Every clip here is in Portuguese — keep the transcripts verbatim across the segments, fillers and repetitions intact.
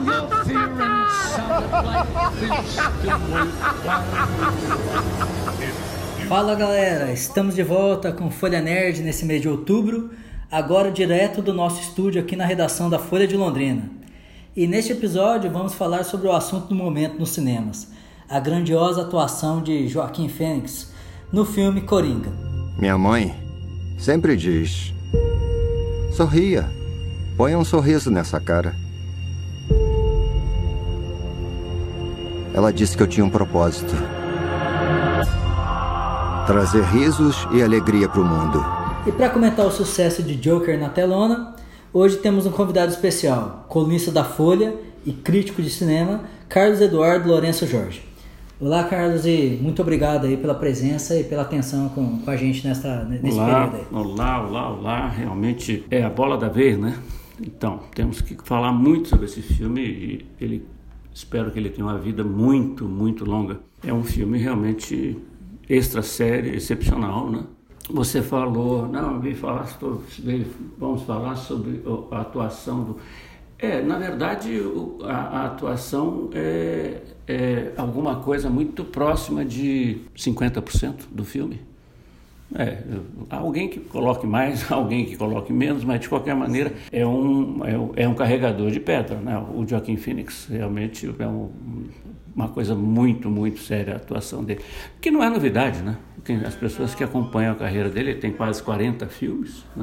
your fear and sounded like this still worthwhile. Fala galera, estamos de volta com Folha Nerd nesse mês de outubro, agora direto do nosso estúdio aqui na redação da Folha de Londrina. E neste episódio vamos falar sobre o assunto do momento nos cinemas, a grandiosa atuação de Joaquim Fênix no filme Coringa. Minha mãe sempre diz: sorria, ponha um sorriso nessa cara. Ela disse que eu tinha um propósito: trazer risos e alegria para o mundo. E para comentar o sucesso de Joker na telona, hoje temos um convidado especial, colunista da Folha e crítico de cinema, Carlos Eduardo Lourenço Jorge. Olá, Carlos, e muito obrigado aí pela presença e pela atenção com, com a gente nessa, nesse olá, período aí. Olá, olá, olá, realmente é a bola da vez, né? Então, temos que falar muito sobre esse filme e ele, espero que ele tenha uma vida muito, muito longa. É um filme realmente extra série, excepcional, né? Você falou, não, vim falar, vamos falar sobre a atuação do... É, na verdade, a, a atuação é, é alguma coisa muito próxima de cinquenta por cento do filme. É, alguém que coloque mais, alguém que coloque menos, mas de qualquer maneira é um, é, é um carregador de pedra, né? O Joaquim Phoenix realmente é um, uma coisa muito, muito séria a atuação dele, que não é novidade, né? As pessoas que acompanham a carreira dele, ele tem quase quarenta filmes, né?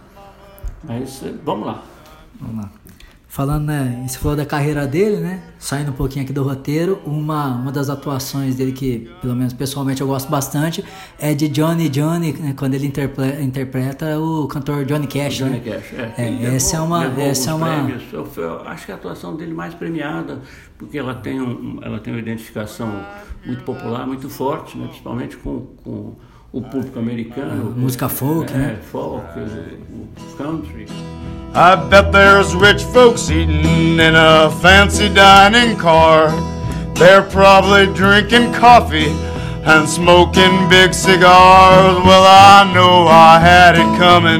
Mas vamos lá. Vamos lá. Falando, né, você falou da carreira dele, né, saindo um pouquinho aqui do roteiro, uma, uma das atuações dele que, pelo menos pessoalmente, eu gosto bastante, é de Johnny Johnny, né, quando ele interpreta, interpreta o cantor Johnny Cash. Johnny né? Cash, é. é levou, essa é uma... Essa é uma... Prêmios. Eu, eu acho que a atuação dele mais premiada, porque ela tem, um, ela tem uma identificação muito popular, muito forte, né, principalmente com... com o público americano, a música folk, é, né? folk, o country. I bet there's rich folks eating in a fancy dining car. They're probably drinking coffee and smoking big cigars. Well, I know I had it coming.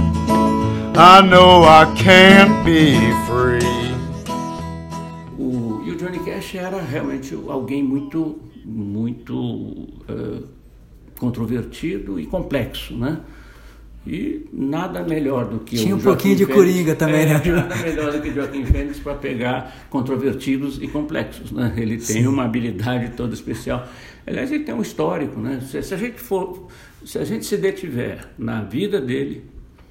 I know I can't be free. O, e o Johnny Cash era realmente alguém muito, muito uh, controvertido e complexo, né? E nada melhor do que Tinha o um pouquinho de Fênix, Coringa também, é, né? Nada melhor do que o Joaquim Fênix para pegar controvertidos e complexos, né? Ele tem Sim. uma habilidade toda especial. Aliás, ele tem um histórico, né? Se, se a gente for, se a gente se detiver na vida dele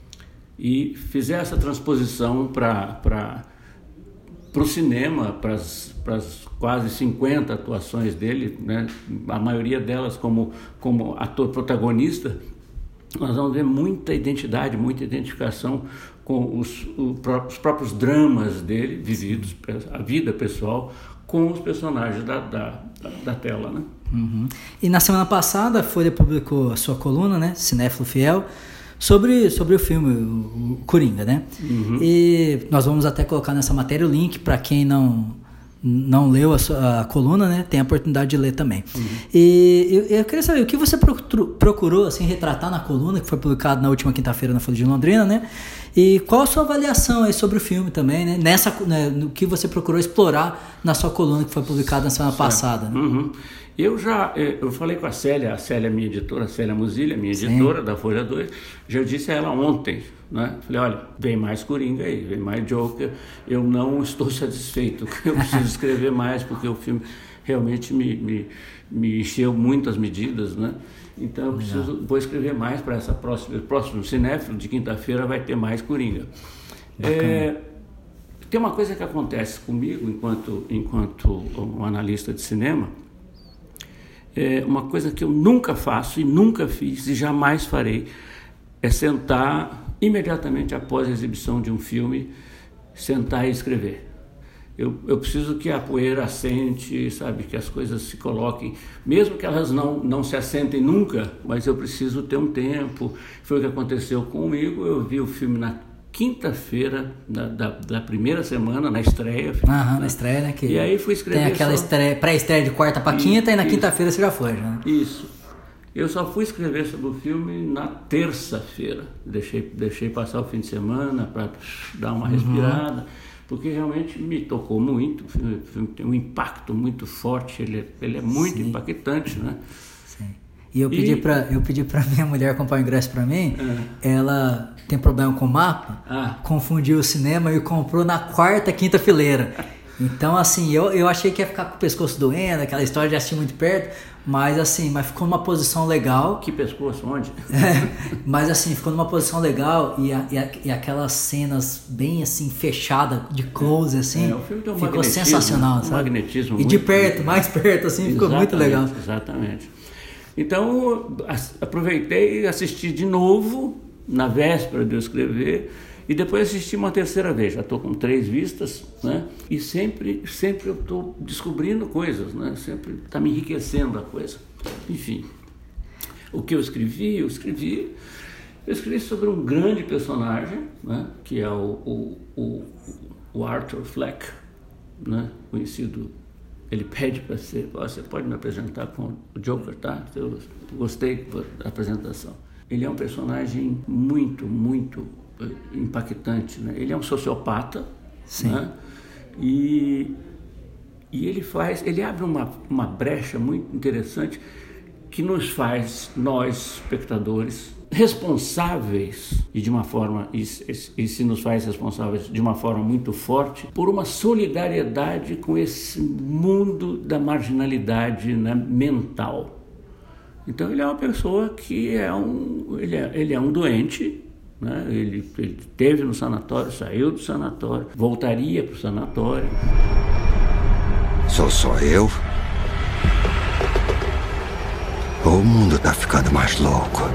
e fizer essa transposição para para para o cinema, para as quase cinquenta atuações dele, né? A maioria delas como como ator protagonista, nós vamos ver muita identidade, muita identificação com os, os próprios dramas dele, vividos, a vida pessoal, com os personagens da, da, da tela, né? Uhum. E na semana passada a Folha publicou a sua coluna, né, Cinéfilo Fiel, sobre, sobre o filme, o, o Coringa, né? Uhum. E nós vamos até colocar nessa matéria o link para quem não... não leu a, sua, a coluna, né? Tem a oportunidade de ler também. Uhum. E eu, eu queria saber, o que você procurou assim, retratar na coluna, que foi publicado na última quinta-feira na Folha de Londrina, né? E qual a sua avaliação aí sobre o filme também, né? Nessa, né, no que você procurou explorar na sua coluna, que foi publicada na semana certo. passada. Né? Uhum. Eu já, eu falei com a Célia, a Célia, minha editora, a Célia Musilha, minha editora Sim. da Folha dois, já disse a ela ontem, né? Falei, olha, vem mais Coringa aí, vem mais Joker, eu não estou satisfeito, eu preciso escrever mais, porque o filme realmente me, me, me encheu muitas medidas, né? Então eu preciso, vou escrever mais para essa próxima, próximo Cinéfilo de quinta-feira vai ter mais Coringa. É, tem uma coisa que acontece comigo enquanto, enquanto um analista de cinema, é uma coisa que eu nunca faço e nunca fiz e jamais farei, é sentar imediatamente após a exibição de um filme, sentar e escrever. Eu, eu preciso que a poeira assente, sabe, que as coisas se coloquem, mesmo que elas não, não se assentem nunca, mas eu preciso ter um tempo. Foi o que aconteceu comigo, eu vi o filme na quinta-feira da, da, da primeira semana, na estreia. Aham, né? Na estreia, né? Que e aí fui escrever tem aquela só... estreia, pré-estreia de quarta para quinta e na quinta-feira você já foi, né? Isso. Eu só fui escrever sobre o filme na terça-feira. Deixei, deixei passar o fim de semana para dar uma respirada. Uhum. porque realmente me tocou muito. O filme, o filme tem um impacto muito forte, ele, é, ele é muito Sim. impactante, né? Sim. E eu pedi, e... pra, eu pedi pra minha mulher comprar o ingresso pra mim, é. ela tem problema com o mapa, ah. confundiu o cinema e comprou na quarta, quinta fileira. Então, assim, eu, eu achei que ia ficar com o pescoço doendo, aquela história de assistir muito perto, mas assim, mas ficou numa posição legal. Que pescoço? Onde? É, mas assim, ficou numa posição legal e, a, e, a, e aquelas cenas bem assim, fechadas, de close, assim, é, o filme tem um ficou sensacional, um sabe? magnetismo e de perto, muito... mais perto, assim, ficou muito legal. Exatamente. Então, aproveitei e assisti de novo, na véspera de eu escrever, e depois assisti uma terceira vez. Já estou com três vistas, né? E sempre, sempre eu estou descobrindo coisas, né? Sempre está me enriquecendo a coisa. Enfim, o que eu escrevi, eu escrevi, eu escrevi sobre um grande personagem, né? Que é o, o, o, o Arthur Fleck, né? Conhecido. Ele pede para ser, você pode me apresentar com o Joker, tá? Eu gostei da apresentação. Ele é um personagem muito, muito impactante, né? Ele é um sociopata, Sim. né? E, e ele faz, ele abre uma, uma brecha muito interessante que nos faz, nós, espectadores, responsáveis, e de uma forma, e, e, e se nos faz responsáveis de uma forma muito forte, por uma solidariedade com esse mundo da marginalidade, né, mental. Então ele é uma pessoa que é um, ele é, ele é um doente, né? ele, ele esteve no sanatório, saiu do sanatório, voltaria para o sanatório. Sou só eu? Ou o mundo tá ficando mais louco?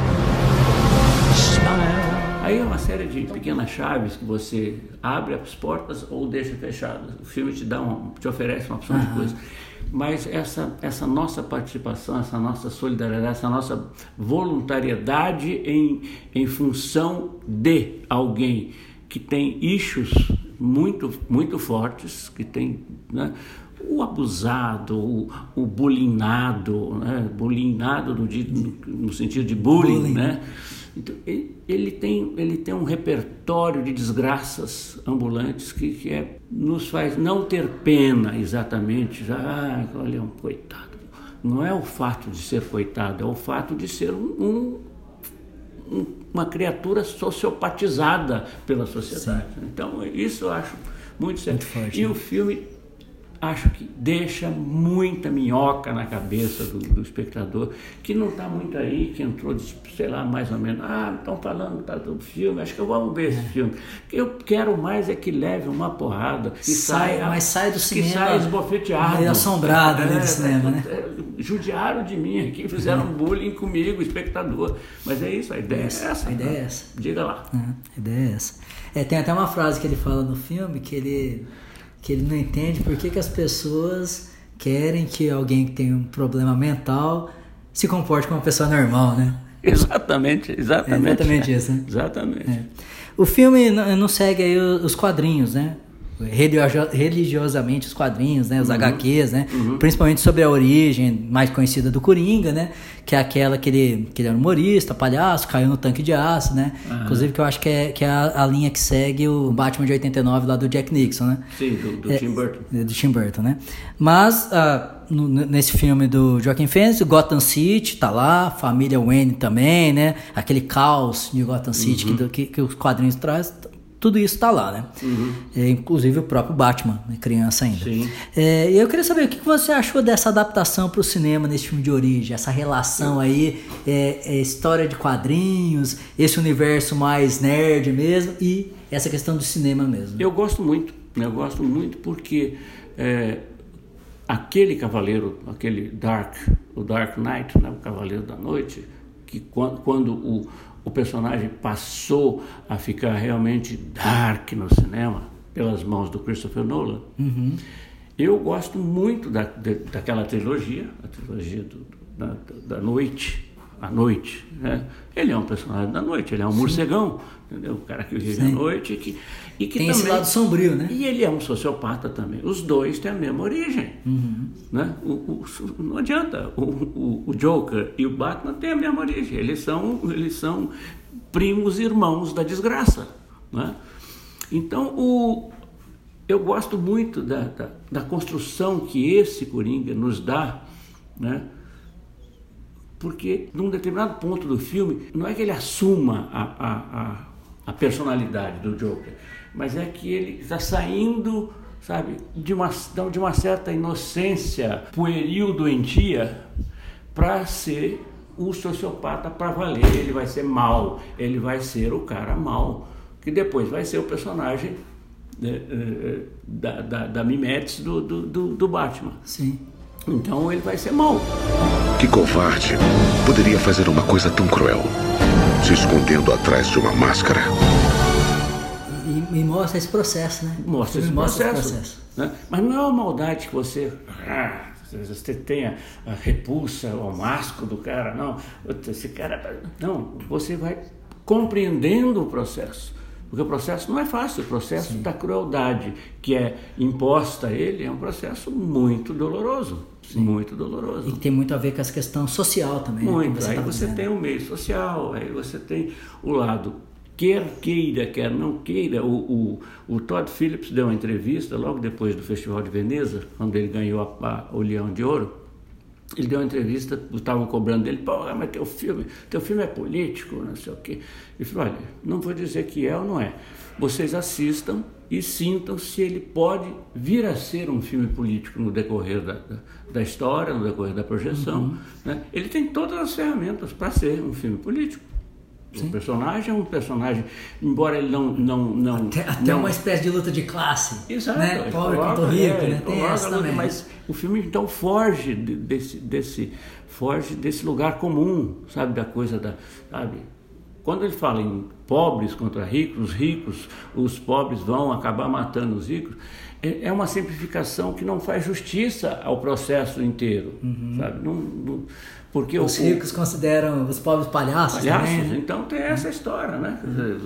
Aí é uma série de pequenas chaves que você abre as portas ou deixa fechadas. O filme te dá um, te oferece uma opção uhum. de coisas. Mas essa, essa nossa participação, essa nossa solidariedade, essa nossa voluntariedade em, em função de alguém que tem issues muito, muito fortes, que tem, né, o abusado, o, o bullyingado, né, bullyingado no, no, no sentido de bullying, bullying. né? Então, ele, ele, tem, ele tem um repertório de desgraças ambulantes que, que é, nos faz não ter pena exatamente. Já, ah, olha, é um coitado. Não é o fato de ser coitado, é o fato de ser um, um, uma criatura sociopatizada pela sociedade. Sim. Então, isso eu acho muito sério. Muito forte, e né? O filme, acho que deixa muita minhoca na cabeça do, do espectador, que não está muito aí, que entrou, de, sei lá, mais ou menos, ah, estão falando tá, do filme, acho que eu vou ver esse é. filme. O que eu quero mais é que leve uma porrada e sai, saia, mas sai do cinema, que saia esbofeteado. Meio assombrado é, ali do cinema, é, né? É, judiaram de mim aqui, fizeram bullying comigo, espectador. Mas é isso, a ideia é essa. A ideia né? é essa. Diga lá. É, a ideia é essa. É, tem até uma frase que ele fala no filme, que ele... que ele não entende por que, que as pessoas querem que alguém que tem um problema mental se comporte como uma pessoa normal, né? Exatamente, exatamente. É exatamente isso, né? Exatamente. É. O filme não, não segue aí os quadrinhos, né? Religiosamente os quadrinhos, né? Os uhum. agá quês, né? Uhum. Principalmente sobre a origem mais conhecida do Coringa, né? Que é aquela que ele, que ele era humorista, palhaço, caiu no tanque de aço, né? Uhum. Inclusive que eu acho que é, que é a, a linha que segue o Batman de oitenta e nove lá do Jack Nicholson, né? Sim, do, do é, Tim Burton. Do Tim Burton, né? Mas uh, no, nesse filme do Joaquin Phoenix, Gotham City tá lá, família Wayne também, né? Aquele caos de Gotham City uhum. que, que, que os quadrinhos trazem. Tudo isso está lá, né? Uhum. É, inclusive o próprio Batman, né? Criança ainda. Sim. É, e eu queria saber o que você achou dessa adaptação para o cinema nesse filme de origem, essa relação aí, é, é, história de quadrinhos, esse universo mais nerd mesmo e essa questão do cinema mesmo. Eu gosto muito, né? Eu gosto muito porque é, aquele cavaleiro, aquele Dark, o Dark Knight, né? O Cavaleiro da Noite, que quando, quando o o personagem passou a ficar realmente dark no cinema, pelas mãos do Christopher Nolan. Uhum. Eu gosto muito da, de, daquela trilogia, a trilogia do, da, da noite, a noite, né? Ele é um personagem da noite, ele é um Sim. morcegão, entendeu? O cara que vive Sim. à noite que, e que tem também, esse lado sombrio, né? E ele é um sociopata também. Os dois têm a mesma origem, uhum. né? O, o, não adianta. O, o, o Joker e o Batman têm a mesma origem. Eles são, eles são primos irmãos da desgraça, né? Então o eu gosto muito da, da, da construção que esse Coringa nos dá, né? Porque num determinado ponto do filme, não é que ele assuma a, a, a, a personalidade do Joker, mas é que ele está saindo, sabe, de uma, de uma certa inocência pueril, doentia, para ser o sociopata para valer. Ele vai ser mau, ele vai ser o cara mau, que depois vai ser o personagem da, da, da mimetes do, do, do, do Batman. Sim. Então ele vai ser mau. Que covarde poderia fazer uma coisa tão cruel, se escondendo atrás de uma máscara. E, e mostra esse processo, né? Mostra esse mostra processo. Esse processo. Né? Mas não é uma maldade que você... Ah, você tenha a repulsa ao masco do cara, não. Esse cara... Não, você vai compreendendo o processo. Porque o processo não é fácil, o processo Sim. da crueldade que é imposta a ele é um processo muito doloroso, Sim. muito doloroso. E tem muito a ver com essa questão social também. Muito, você aí tá você dizendo. tem o meio social, aí você tem o lado, quer queira, quer não queira. O, o, o Todd Phillips deu uma entrevista logo depois do Festival de Veneza, quando ele ganhou a, a, o Leão de Ouro. Ele deu uma entrevista, estavam cobrando dele, pô, mas teu filme, teu filme é político, não sei o quê. Ele falou, olha, não vou dizer que é ou não é. Vocês assistam e sintam se ele pode vir a ser um filme político no decorrer da, da, da história, no decorrer da projeção. Uhum. Né? Ele tem todas as ferramentas para ser um filme político. Sim. O personagem é um personagem, embora ele não... não, não até até não... uma espécie de luta de classe. Exato. Né? Pobre contra rico, é, né? Tem essa luta, também. Mas o filme então foge desse, desse, foge desse lugar comum, sabe, da coisa da... Sabe? Quando ele fala em pobres contra ricos, os ricos, os pobres vão acabar matando os ricos, é uma simplificação que não faz justiça ao processo inteiro, uhum. sabe? Não, não, porque os o, ricos consideram os pobres palhaços, palhaços também, né? Então tem essa história, né?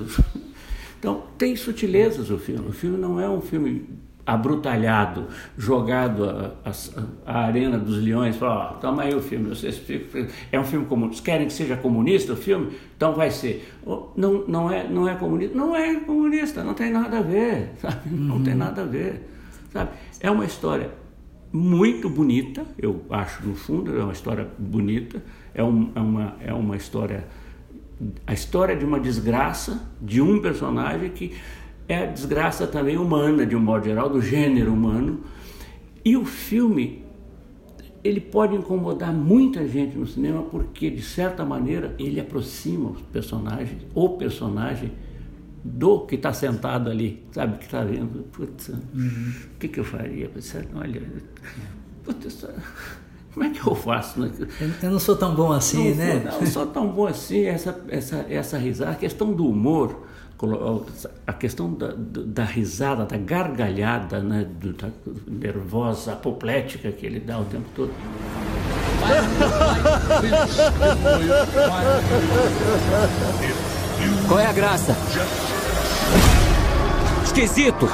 Então tem sutilezas o filme. O filme não é um filme abrutalhado, jogado a, a, a arena dos leões, fala, ó, toma aí o filme, vocês ficam, é um filme comunista, querem que seja comunista o filme? Então vai ser. Não, não, é, não é comunista? Não é comunista, não tem nada a ver, sabe? Não uhum. tem nada a ver, sabe? É uma história muito bonita, eu acho, no fundo, é uma história bonita, é, um, é, uma, é uma história, a história de uma desgraça de um personagem que é a desgraça também humana, de um modo geral, do gênero humano. E o filme, ele pode incomodar muita gente no cinema porque, de certa maneira, ele aproxima os personagens, o personagem, do que está sentado ali, sabe, que está vendo. Putz, uhum. o que, que eu faria? Olha, putz, como é que eu faço? Né? Eu, eu não sou tão bom assim, não, né? Não, não sou tão bom assim, essa, essa, essa risada, a questão do humor, a questão da, da risada, da gargalhada, né, da nervosa, apoplética que ele dá o tempo todo. Qual é a graça? Esquisito!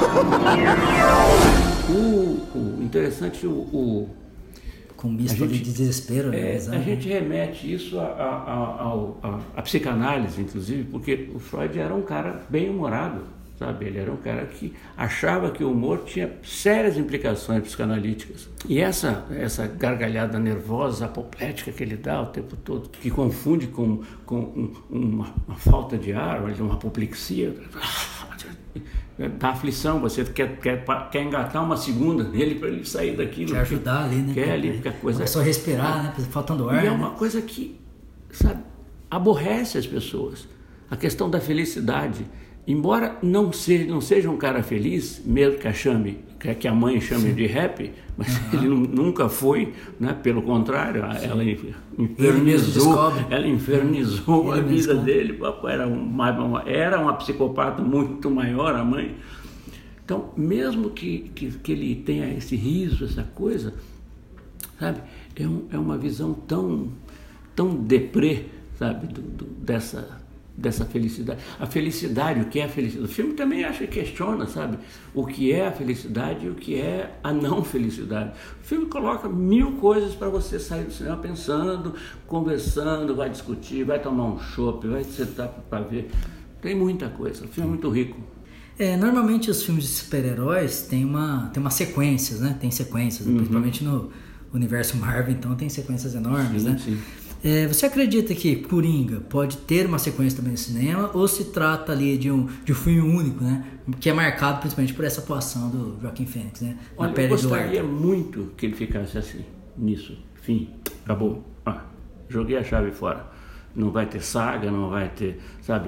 O, o interessante, o, o com misto gente, de desespero, né? É, a gente remete isso à psicanálise, inclusive, porque o Freud era um cara bem-humorado, sabe? Ele era um cara que achava que o humor tinha sérias implicações psicanalíticas. E essa, essa gargalhada nervosa, apoplética que ele dá o tempo todo, que confunde com, com um, uma, uma falta de ar, uma apoplexia, dá aflição, você quer, quer, quer engatar uma segunda nele para ele sair daquilo. Quer ajudar ali, né? Quer ali, porque a coisa é só respirar, né? Faltando ar. E é né? uma coisa que, sabe, aborrece as pessoas. A questão da felicidade. Embora não seja, não seja um cara feliz, mesmo que a chame, que a mãe chame Sim. de happy, mas uhum. ele nunca foi, né? Pelo contrário, Sim. ela infernizou, ela infernizou ele a vida dele. Era uma, era uma psicopata muito maior, a mãe. Então, mesmo que, que, que ele tenha esse riso, essa coisa, sabe, é, um, é uma visão tão, tão deprê, sabe, do, do, dessa... dessa felicidade. A felicidade, o que é a felicidade? O filme também acha que questiona, sabe? O que é a felicidade e o que é a não felicidade. O filme coloca mil coisas para você sair do cinema pensando, conversando, vai discutir, vai tomar um chopp, vai sentar para ver. Tem muita coisa. O filme é muito rico. É, normalmente os filmes de super-heróis têm uma, tem umas sequências, né? Tem sequências, uhum. principalmente no universo Marvel, então tem sequências enormes, sim, né? Sim. É, você acredita que Coringa pode ter uma sequência também no cinema ou se trata ali de um, de um filme único, né? Que é marcado principalmente por essa atuação do Joaquin Phoenix, né? Olha, eu gostaria muito que ele ficasse assim, nisso. Fim, acabou. Ah, joguei a chave fora. Não vai ter saga, não vai ter, sabe,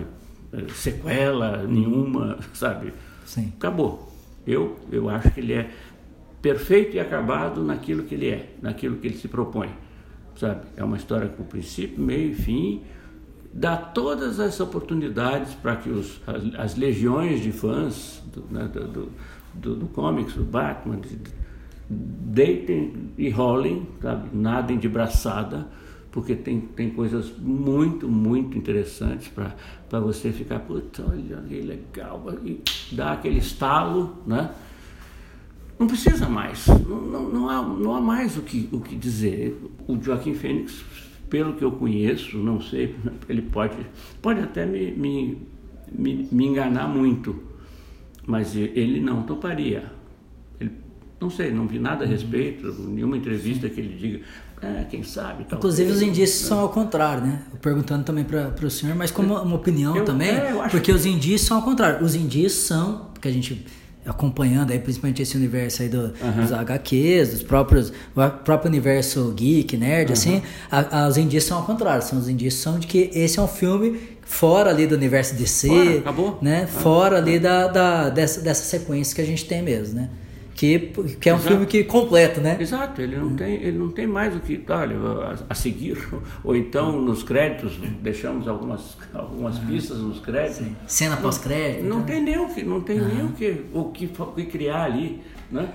sequela nenhuma, sabe? Sim. Acabou. Eu, eu acho que ele é perfeito e acabado naquilo que ele é, naquilo que ele se propõe, sabe? É uma história com princípio, meio e fim, dá todas as oportunidades para que os, as, as legiões de fãs do, né, do, do, do, do comics, do Batman, de, de, deitem e rolem, sabe? Nadem de braçada, porque tem, tem coisas muito, muito interessantes para você ficar, puta, olha que legal, e dar aquele estalo, né? Não precisa mais, não, não, não, há, não há mais o que, o que dizer. O Joaquin Phoenix, pelo que eu conheço, não sei, ele pode, pode até me, me, me, me enganar muito, mas ele não toparia. Ele, não sei, não vi nada a respeito, nenhuma entrevista que ele diga, é, quem sabe. Talvez, inclusive os indícios né? são ao contrário, né? Eu perguntando também para o senhor, mas como uma opinião eu, também, é, porque que... os indícios são ao contrário. Os indícios são, porque a gente acompanhando aí principalmente esse universo aí do, uhum. dos agá quês, dos próprios, o próprio universo geek, nerd, uhum. assim, a, a, os indícios são ao contrário, são os indícios são de que esse é um filme fora ali do universo D C, fora, acabou. né? Ah, fora ah, ali da, da, dessa, dessa sequência que a gente tem mesmo, né? Que, que é um Exato. filme que completo, né? Exato, ele não, hum. tem, ele não tem mais o que, olha, a, a seguir, ou então nos créditos, deixamos algumas, algumas uhum. pistas nos créditos. Sim. Cena pós-crédito. Não, não então. tem nem o que, não tem uhum. nem o que, o que, o que criar ali, né?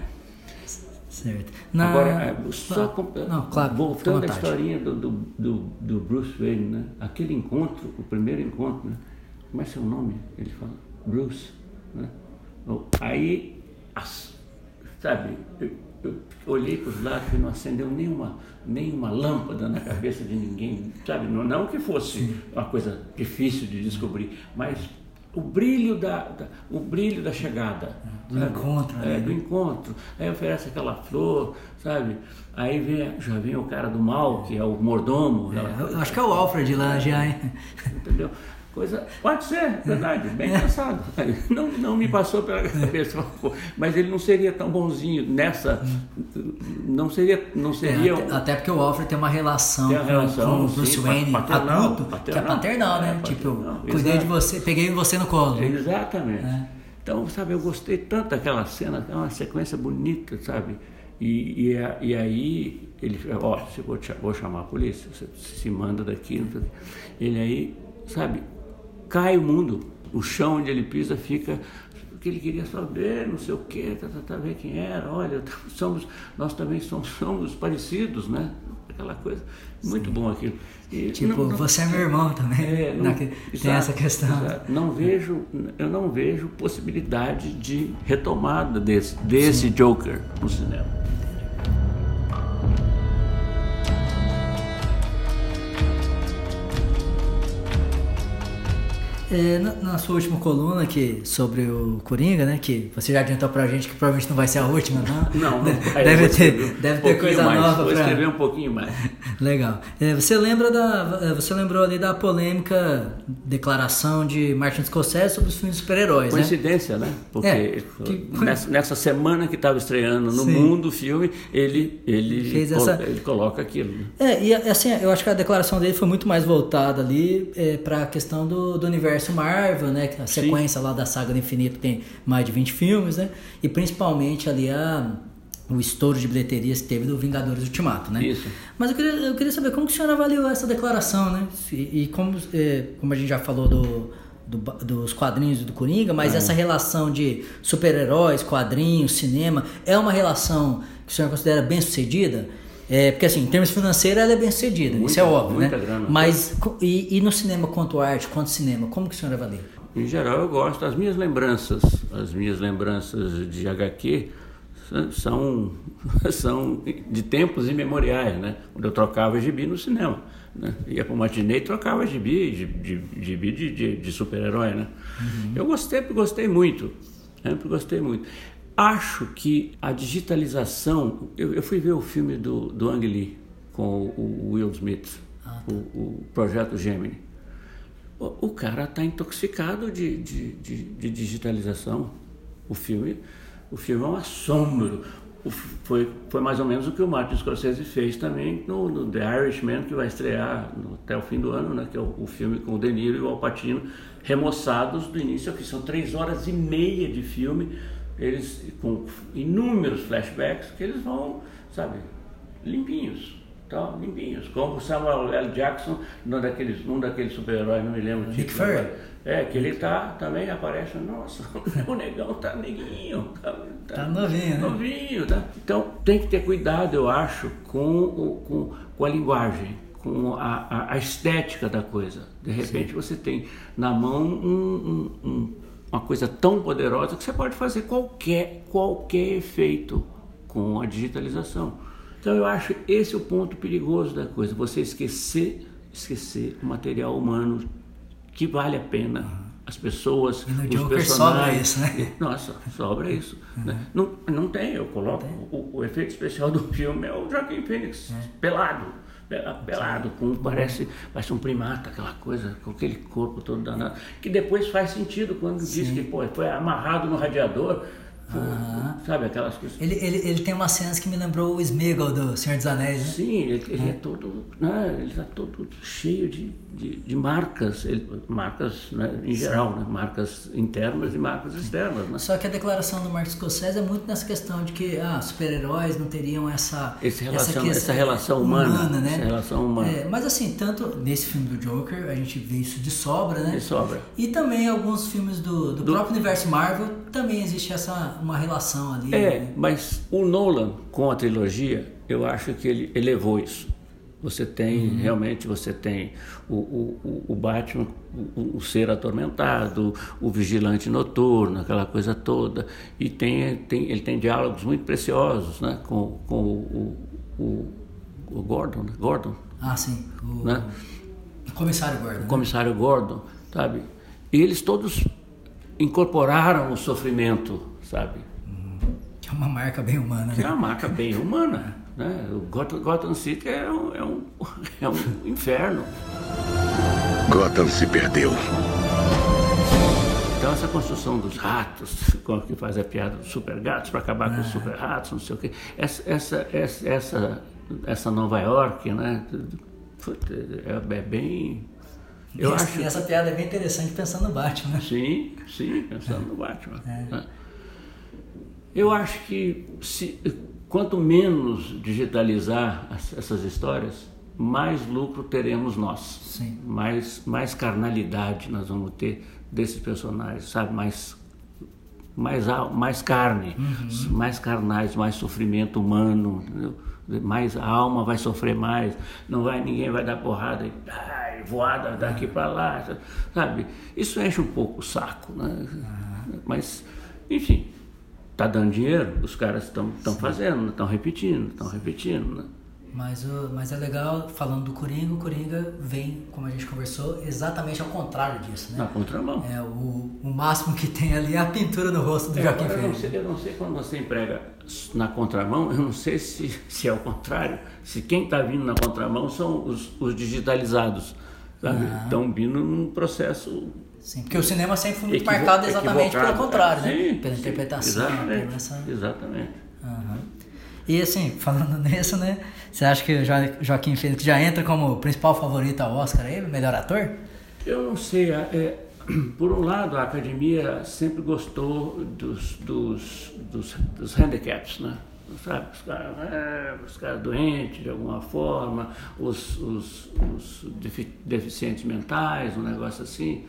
Certo. Na... Agora, só não, claro, voltando à historinha do, do, do, do Bruce Wayne, né? Aquele encontro, o primeiro encontro, né? Como é seu nome? Ele fala, Bruce, né? Aí, as, sabe, eu, eu olhei para os lados e não acendeu nenhuma, nenhuma lâmpada na cabeça de ninguém, sabe? Não, não que fosse Sim. uma coisa difícil de descobrir, mas o brilho da, da, o brilho da chegada. Do sabe? encontro. É, né? do encontro. Aí oferece aquela flor, sabe? Aí vem, já vem o cara do mal, que é o mordomo. É, acho que é o Alfred lá já, hein? Entendeu? Coisa, pode ser, verdade, bem pensado. Não, não me passou pela cabeça, mas ele não seria tão bonzinho nessa, não seria, não seria. É, até, até porque o Alfred tem uma relação, tem relação com o Bruce sim, Wayne paternal, adulto, paternal, que é paternal, né? É, tipo, paternal, cuidei exato. de você, peguei você no colo. Exatamente. É. Então, sabe, eu gostei tanto daquela cena, é uma sequência bonita, sabe? E, e, e aí ele, ó, oh, vou, vou chamar a polícia, você se manda daqui, ele aí, sabe? Cai o mundo, o chão onde ele pisa fica, porque ele queria saber, não sei o quê, tá, tá, tá, ver quem era, olha, somos, nós também somos, somos parecidos, né? Aquela coisa, muito Sim. bom aquilo. E tipo, não, não, você é meu irmão também, é, não, tem exato, essa questão. Exato. Não vejo, eu não vejo possibilidade de retomada desse, desse Joker no cinema. É, na, na sua última coluna que, sobre o Coringa, né, que você já adiantou pra gente que provavelmente não vai ser a última, não? Não, não deve ter, deve um ter coisa mais, nova vou pra... escrever um pouquinho mais. Legal. É, você lembra da, você lembrou ali da polêmica declaração de Martin Scorsese sobre os filmes de super-heróis, né? Coincidência, né? Porque é, que... nessa, nessa semana que estava estreando no Sim. mundo o filme, ele, ele, Fez essa... ele coloca aquilo. É, e assim, eu acho que a declaração dele foi muito mais voltada ali é, para a questão do, do universo Marvel, né? A sequência Sim. lá da saga do infinito tem mais de vinte filmes, né? E principalmente ali a, o estouro de bilheterias que teve do Vingadores Ultimato, né? Isso. Mas eu queria, eu queria saber como que o senhor avaliou essa declaração, né? E, e como, é, como a gente já falou do, do, dos quadrinhos do Coringa, mas é. essa relação de super-heróis, quadrinhos, cinema, é uma relação que o senhor considera bem sucedida? É, porque assim, em termos financeiros ela é bem sucedida, muita, isso é óbvio, né? Grana. Mas e, e no cinema, quanto arte, quanto cinema, como que o senhor avalia? Em geral eu gosto, as minhas lembranças, as minhas lembranças de agá quê são, são de tempos imemoriais, né? Quando eu trocava gibi no cinema, né? Ia para o matinê e trocava gibi, gibi, gibi de, de, de super-herói, né? Uhum. Eu gostei, gostei muito, sempre gostei muito. Acho que a digitalização... Eu, eu fui ver o filme do, do Ang Lee com o, o Will Smith, ah, tá. o, o Projeto Gemini. O, o cara está intoxicado de, de, de, de digitalização. O filme, o filme é um assombro. O, foi, foi mais ou menos o que o Martin Scorsese fez também no, no The Irishman, que vai estrear no, até o fim do ano, né? Que é o, o filme com o De Niro e o Al Pacino, remoçados do início ao fim. São três horas e meia de filme, eles com inúmeros flashbacks que eles vão, sabe, limpinhos, tá? Limpinhos. Como o Samuel L. Jackson, num daqueles, num daqueles super-heróis, não me lembro o Nick Fury. É, que ele tá, também aparece, nossa, o negão tá neguinho, tá, tá, tá novinho, né? Novinho, tá? Então tem que ter cuidado, eu acho, com, com, com a linguagem, com a, a, a estética da coisa. De repente Sim. você tem na mão um, um, um, uma coisa tão poderosa que você pode fazer qualquer, qualquer efeito com a digitalização. Então eu acho esse o ponto perigoso da coisa, você esquecer, esquecer o material humano que vale a pena, as pessoas, e no os Joker personagens. Sobra isso, né? Nossa, sobra isso. Uhum. Né? Não, não tem, eu coloco. Tem. O, o efeito especial do filme é o Joaquin Phoenix, é. pelado, pelado, com, parece, parece um primata, aquela coisa, com aquele corpo todo danado, que depois faz sentido quando Sim. diz que pô, foi amarrado no radiador. Uhum. Sabe, aquelas coisas. Ele, ele, ele tem umas cenas que me lembrou o Sméagol do Senhor dos Anéis, né? Sim, ele, ele é. é todo, né, ele está todo cheio de, de, de marcas, ele, marcas, né, em geral, né, marcas internas e marcas externas. Né? Só que a declaração do Martin Scorsese é muito nessa questão de que ah, super-heróis não teriam essa Esse relação, essa, essa relação humana, humana, né? Essa relação humana. É, mas assim, tanto nesse filme do Joker, a gente vê isso de sobra, né? De sobra. E também alguns filmes do, do, do... próprio universo Marvel, também existe essa uma relação ali. É, né? mas o Nolan, com a trilogia, eu acho que ele elevou isso. Você tem, uhum. realmente, você tem o, o, o Batman, o, o ser atormentado, o vigilante noturno, aquela coisa toda. E tem, tem, ele tem diálogos muito preciosos, né? Com, com o, o, o Gordon, né? Gordon. Ah, sim. O, né? o comissário Gordon. O né? comissário Gordon, sabe? E eles todos incorporaram o sofrimento, sabe? Que é uma marca bem humana, né? Que é uma marca bem humana, né? O Gotham, Gotham City é um, é, um, é um inferno. Gotham se perdeu. Então essa construção dos ratos, que faz a piada dos super gatos para acabar ah. com os super ratos, não sei o quê. Essa, essa, essa, essa, essa Nova York, né? É bem... Eu essa, acho... E essa piada é bem interessante pensando no Batman, né? Sim, sim, pensando é. no Batman. É. Né? Eu acho que se, quanto menos digitalizar as, essas histórias, mais lucro teremos nós. Sim. Mais, mais carnalidade nós vamos ter desses personagens, sabe? Mais, mais, mais carne, uhum. mais carnais, mais sofrimento humano, entendeu? Mais a alma vai sofrer mais, não vai, ninguém vai dar porrada e ai, voada daqui para lá, sabe? Isso enche um pouco o saco, né? Uhum. Mas, enfim, tá dando dinheiro, os caras estão fazendo, estão repetindo, estão repetindo, né? Mas, o, mas é legal, falando do Coringa, o Coringa vem, como a gente conversou, exatamente ao contrário disso, né? Na contramão. É, o, o máximo que tem ali é a pintura no rosto do é, Joaquin Phoenix. Eu não sei quando você emprega na contramão, eu não sei se, se é o contrário, se quem está vindo na contramão são os, os digitalizados, sabe? Estão ah. vindo num processo... Sim, porque o cinema sempre foi muito Equivo- marcado exatamente pelo contrário, né? Sim, pela sim, interpretação. Exatamente, pela essa... exatamente. Uhum. E assim, falando nisso, né? Você acha que o jo- Joaquin Phoenix já entra como principal favorito ao Oscar aí, melhor ator? Eu não sei, é, por um lado a academia sempre gostou dos, dos, dos, dos handicaps, né? Sabe, os caras é, os caras doentes de alguma forma, os, os, os defi- deficientes mentais, um negócio assim.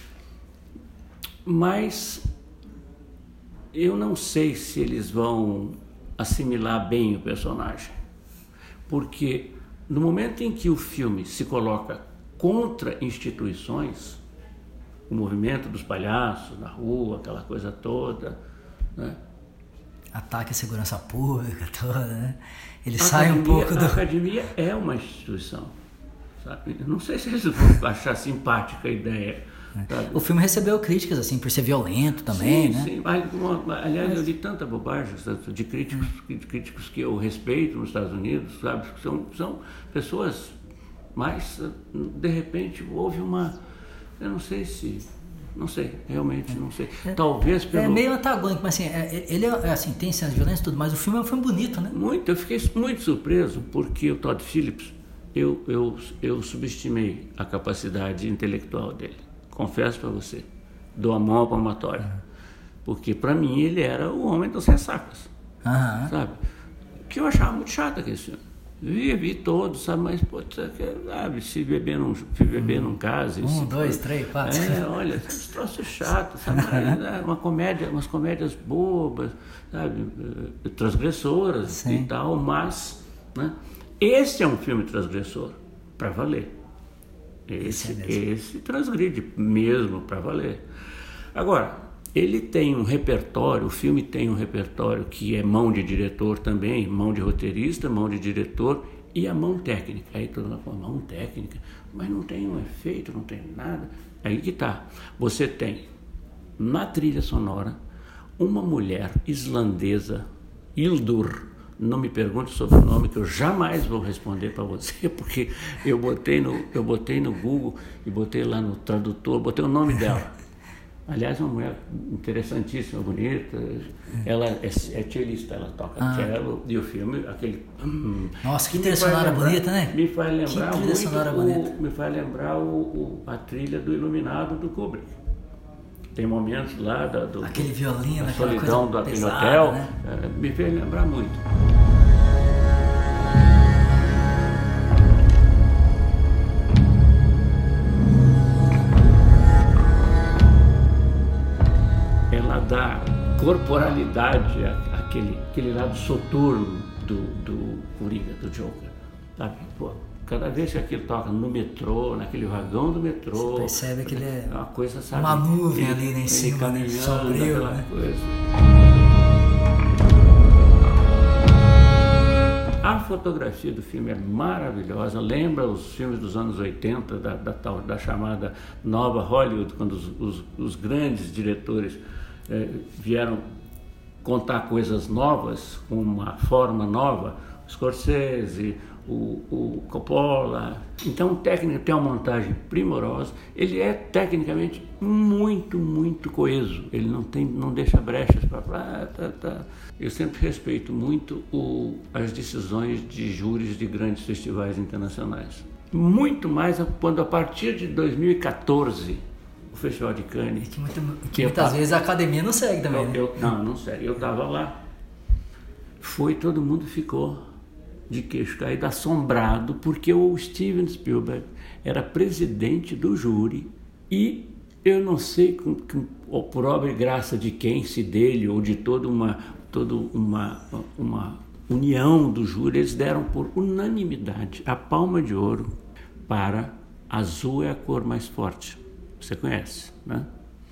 Mas eu não sei se eles vão assimilar bem o personagem, porque no momento em que o filme se coloca contra instituições, o movimento dos palhaços na rua, aquela coisa toda, né? Ataque à segurança pública toda, né? Ele A sai academia, um pouco do... A academia é uma instituição, sabe? Eu não sei se eles vão achar simpática a ideia. Sabe? O filme recebeu críticas, assim, por ser violento também, sim, né? Sim, mas, aliás, eu li tanta bobagem de críticos, de críticos que eu respeito nos Estados Unidos, sabe? São, são pessoas, mas, de repente, houve uma... Eu não sei se... Não sei, realmente não sei. Talvez pelo... É meio antagônico, mas assim, é, ele é, assim, tem cenas de violência e tudo, mas o filme é um filme bonito, né? Muito, eu fiquei muito surpreso porque o Todd Phillips, eu, eu, eu subestimei a capacidade intelectual dele. Confesso para você, dou a mão à palmatória. Uhum. Porque para mim ele era o homem das ressacas, uhum. sabe? Que eu achava muito chato aquele filme. Vi, vi todos, sabe? Mas, pô, sabe, se beber não, se beber não casa... Um, se, dois, três, quatro... É, olha, esses troços chatos, sabe? Mas, uma comédia, umas comédias bobas, sabe? Transgressoras Sim. e tal, mas... Né? Esse é um filme transgressor, para valer. Esse, esse, é esse transgride mesmo, para valer. Agora... Ele tem um repertório, o filme tem um repertório que é mão de diretor também, mão de roteirista, mão de diretor e a mão técnica. Aí todo mundo fala, mão técnica, mas não tem um efeito, não tem nada. Aí que tá. Você tem, na trilha sonora, uma mulher islandesa, Hildur, não me pergunte sobre o nome, que eu jamais vou responder para você, porque eu botei, no, eu botei no Google e botei lá no tradutor, botei o nome dela. Aliás, é uma mulher interessantíssima, bonita. Ela é, é cellista, ela toca ah. cello. E o filme, aquele... Hum, Nossa, que trilha sonora bonita, né? Me faz lembrar que trilha muito o, me faz lembrar o, o, a trilha do Iluminado do Kubrick. Tem momentos lá da, do, aquele violino, da solidão do aquele hotel. Né? É, me fez lembrar muito. Da corporalidade, aquele, aquele lado soturno do, do Coringa, do Joker, sabe? Pô, cada vez que aquilo toca no metrô, naquele vagão do metrô, você percebe que ele é uma coisa, sabe? Uma nuvem ele, ali em cima, caminhando, sombrio, aquela né? coisa. A fotografia do filme é maravilhosa, lembra os filmes dos anos oitenta, da, da, tal, da chamada Nova Hollywood, quando os, os, os grandes diretores É, vieram contar coisas novas, com uma forma nova, o Scorsese, o, o Coppola. Então, o técnico tem uma montagem primorosa, ele é tecnicamente muito, muito coeso, ele não, tem, não deixa brechas para falar, ah, tá, tá. Eu sempre respeito muito o, as decisões de júris de grandes festivais internacionais. Muito mais quando, a partir de dois mil e quatorze, o Festival de Cannes. Que, muito, que muitas eu, vezes a academia não segue também. Eu, né? eu, não, não segue. Eu estava lá. Foi, todo mundo ficou de queixo caído, assombrado, porque o Steven Spielberg era presidente do júri e eu não sei com, com, por obra e graça de quem, se dele ou de toda uma, toda uma, uma união do júri, eles deram por unanimidade a palma de ouro para Azul é a cor mais forte. Você conhece, né?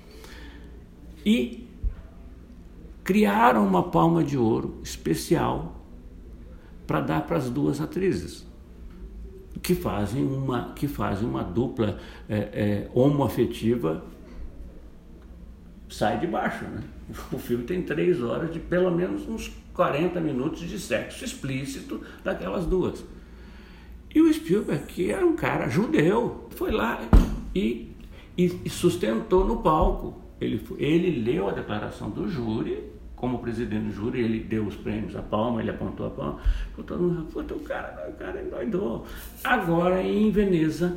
E criaram uma palma de ouro especial para dar para as duas atrizes, que fazem uma, que fazem uma dupla é, é, homoafetiva, sai de baixo, né? O filme tem três horas de pelo menos uns quarenta minutos de sexo explícito daquelas duas. E o Spielberg, que era um cara judeu, foi lá e e sustentou no palco. Ele, ele leu a declaração do júri, como presidente do júri, ele deu os prêmios, a palma, ele apontou a palma, todo mundo, puta, o cara, o cara endoidou. Agora, em Veneza,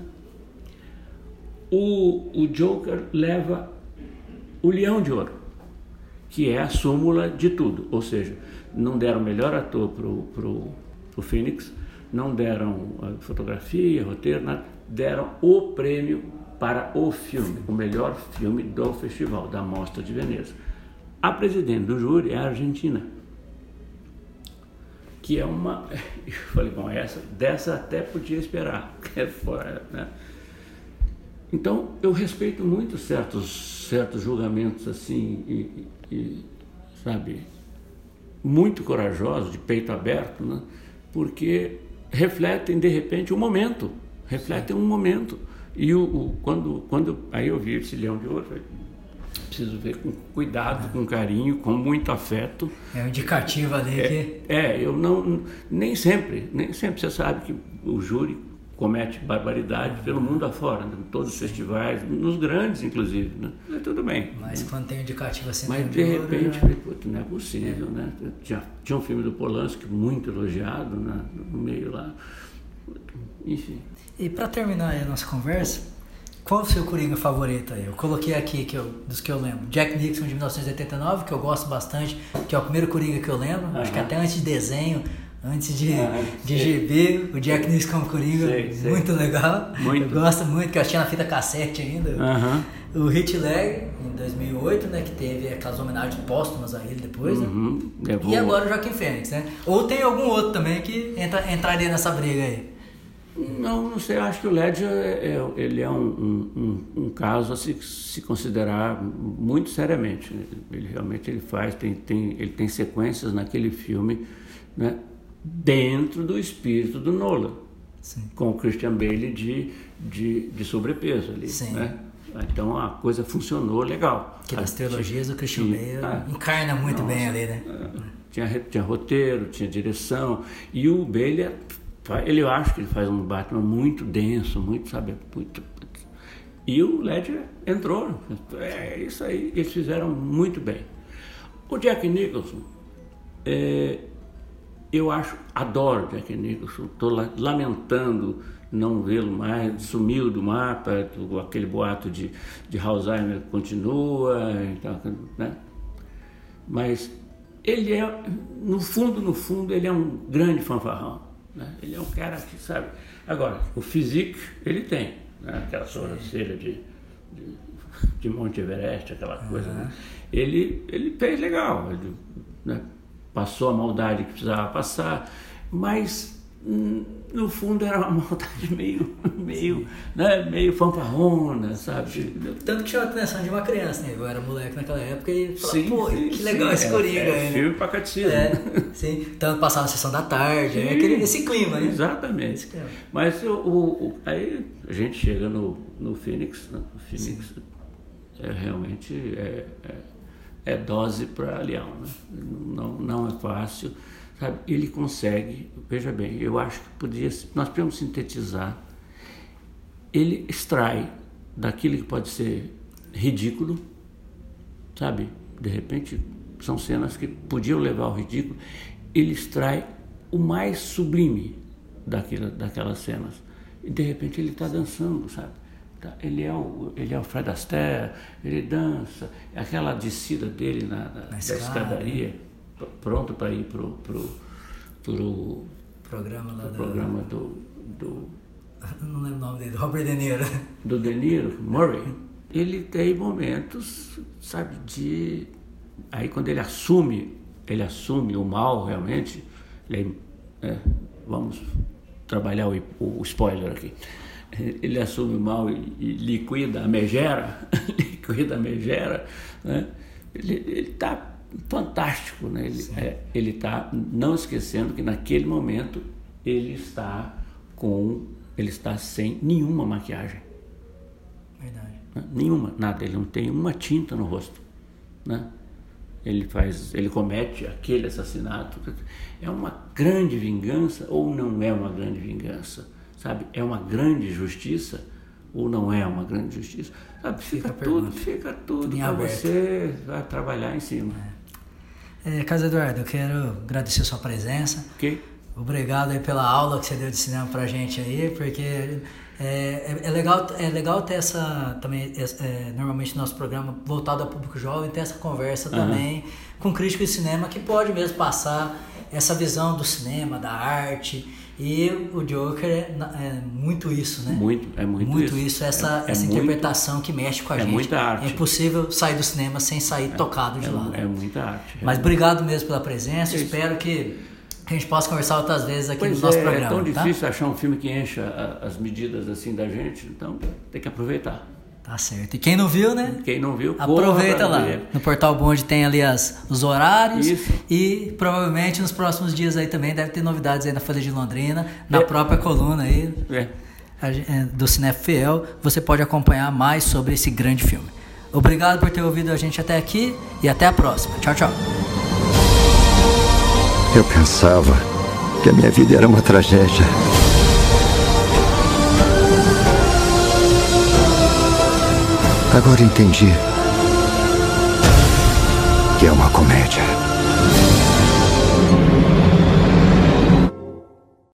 o, o Joker leva o Leão de Ouro, que é a súmula de tudo, ou seja, não deram melhor ator pro, pro, pro Phoenix, não deram fotografia, roteiro, nada, deram o prêmio para o filme, o melhor filme do festival, da Mostra de Veneza. A presidente do júri é a Argentina, que é uma... Eu falei, bom, essa, dessa até podia esperar, é fora, né? Então, eu respeito muito certos, certos julgamentos assim, e, e, sabe, muito corajosos, de peito aberto, né? Porque refletem, de repente, o momento. Refletem um momento. E o, o, quando, quando aí eu vi esse Leão de Ouro, preciso ver com cuidado, com carinho, com muito afeto. É um indicativo ali é, que... É, eu não... Nem sempre, nem sempre você sabe que o júri comete barbaridade pelo mundo afora, né? Em todos os festivais, nos grandes, inclusive, né? Mas tudo bem. Mas quando tem um indicativo assim... Mas, de repente, falei, puta, não é possível, né? Tinha, tinha um filme do Polanski muito elogiado, né? No meio lá. Enfim. E para terminar aí a nossa conversa... Qual o seu Coringa favorito aí? Eu coloquei aqui que eu, dos que eu lembro. Jack Nicholson de mil novecentos e oitenta e nove, que eu gosto bastante, que é o primeiro Coringa que eu lembro. Uhum. Acho que até antes de desenho, antes de, uhum, de G B, o Jack Nicholson como Coringa, sei, sei. Muito legal. Muito. Eu gosto muito, que eu tinha na fita cassete ainda. Uhum. O Heath Ledger, em dois mil e oito, né, que teve aquelas homenagens póstumas a ele depois. Uhum. Né? É e agora o Joaquin Phoenix, né? Ou tem algum outro também que entra, entraria nessa briga aí? Não, não sei, acho que o Ledger é, é, ele é um, um, um caso a se, se considerar muito seriamente. Ele realmente ele faz, tem, tem, ele tem sequências naquele filme, né, dentro do espírito do Nolan. Sim. Com o Christian Bale de, de, de sobrepeso ali. Sim. Né? Então a coisa funcionou legal. Que das trilogias o Christian Bale ah, encarna muito nossa, bem ali, né? Tinha, tinha roteiro, tinha direção, e o Bale... Ele, eu acho que ele faz um Batman muito denso, muito, sabe, muito... E o Ledger entrou, é isso aí, eles fizeram muito bem. O Jack Nicholson, é, eu acho, adoro Jack Nicholson, estou lamentando não vê-lo mais, sumiu do mapa, aquele boato de, de Alzheimer continua, então, né? Mas ele é, no fundo, no fundo, ele é um grande fanfarrão. Né? Ele é um cara que sabe. Agora, o physique ele tem, né? Aquela sobrancelha de, de, de Monte Everest, aquela coisa. Uhum. Né? Ele, ele fez legal, ele, né? Passou a maldade que precisava passar, mas no fundo era uma maldade meio, meio, né? Meio fanfarrona, sabe? Tanto que chamou a atenção de uma criança, né? Eu era moleque naquela época e falava, pô, sim, que legal sim, esse Coringa é, aí, é né? Filme pra catecismo. É, sim. Tanto passava a sessão da tarde, é aquele, esse clima, né? Exatamente. Esse clima. Mas o, o, aí a gente chega no, no Phoenix, né? O Phoenix sim. é realmente é, é, é dose para leão, né? Não, não é fácil. Sabe, ele consegue, veja bem, eu acho que podia, nós podemos sintetizar, ele extrai daquilo que pode ser ridículo, sabe, de repente são cenas que podiam levar ao ridículo, ele extrai o mais sublime daquilo, daquelas cenas, e de repente ele está dançando, sabe, ele é, o, ele é o Fred Astaire, ele dança, aquela descida dele na, na, na escadaria, né? Pronto para ir pro, pro, pro programa, lá pro do... programa do, do... Não lembro o nome dele, Robert De Niro. Do De Niro, Murray. Ele tem momentos, sabe, de... Aí quando ele assume, ele assume o mal realmente, ele, é, vamos trabalhar o, o spoiler aqui. Ele assume o mal e, e liquida a megera, liquida a megera, né? Ele está fantástico, né? Ele é, ele está não esquecendo que naquele momento ele está com, ele está sem nenhuma maquiagem. Verdade. Né? Nenhuma, nada. Ele não tem uma tinta no rosto, né? Ele faz, ele comete aquele assassinato. É uma grande vingança ou não é uma grande vingança, sabe? É uma grande justiça ou não é uma grande justiça, sabe? Fica, fica tudo, fica tudo, tudo para você vai trabalhar em cima. É. É, Carlos Eduardo, eu quero agradecer a sua presença. Okay. Obrigado aí pela aula que você deu de cinema pra gente aí, porque é, é, é, legal, é legal ter essa, também, é, normalmente nosso programa voltado ao público jovem, ter essa conversa uhum. também com críticos de cinema que pode mesmo passar essa visão do cinema, da arte. E o Joker é, é muito isso, né? Muito, é muito, muito isso. isso essa, é, essa é interpretação muito, que mexe com a é gente. Muita arte. É impossível sair do cinema sem sair é, tocado de é, lá. Né? É muita arte. Mas é. Obrigado mesmo pela presença. É Espero que a gente possa conversar outras vezes aqui pois no nosso é, programa. É tão tá? difícil achar um filme que encha a, as medidas assim da gente, então tem que aproveitar. Tá certo. E quem não viu, né? Quem não viu, aproveita lá. Ver. No Portal Bond tem ali as, os horários. Isso. E provavelmente nos próximos dias aí também deve ter novidades aí na Folha de Londrina, na é. própria coluna aí é. do Cinéfilo Fiel. Você pode acompanhar mais sobre esse grande filme. Obrigado por ter ouvido a gente até aqui e até a próxima. Tchau, tchau. Eu pensava que a minha vida era uma tragédia. Agora entendi que é uma comédia.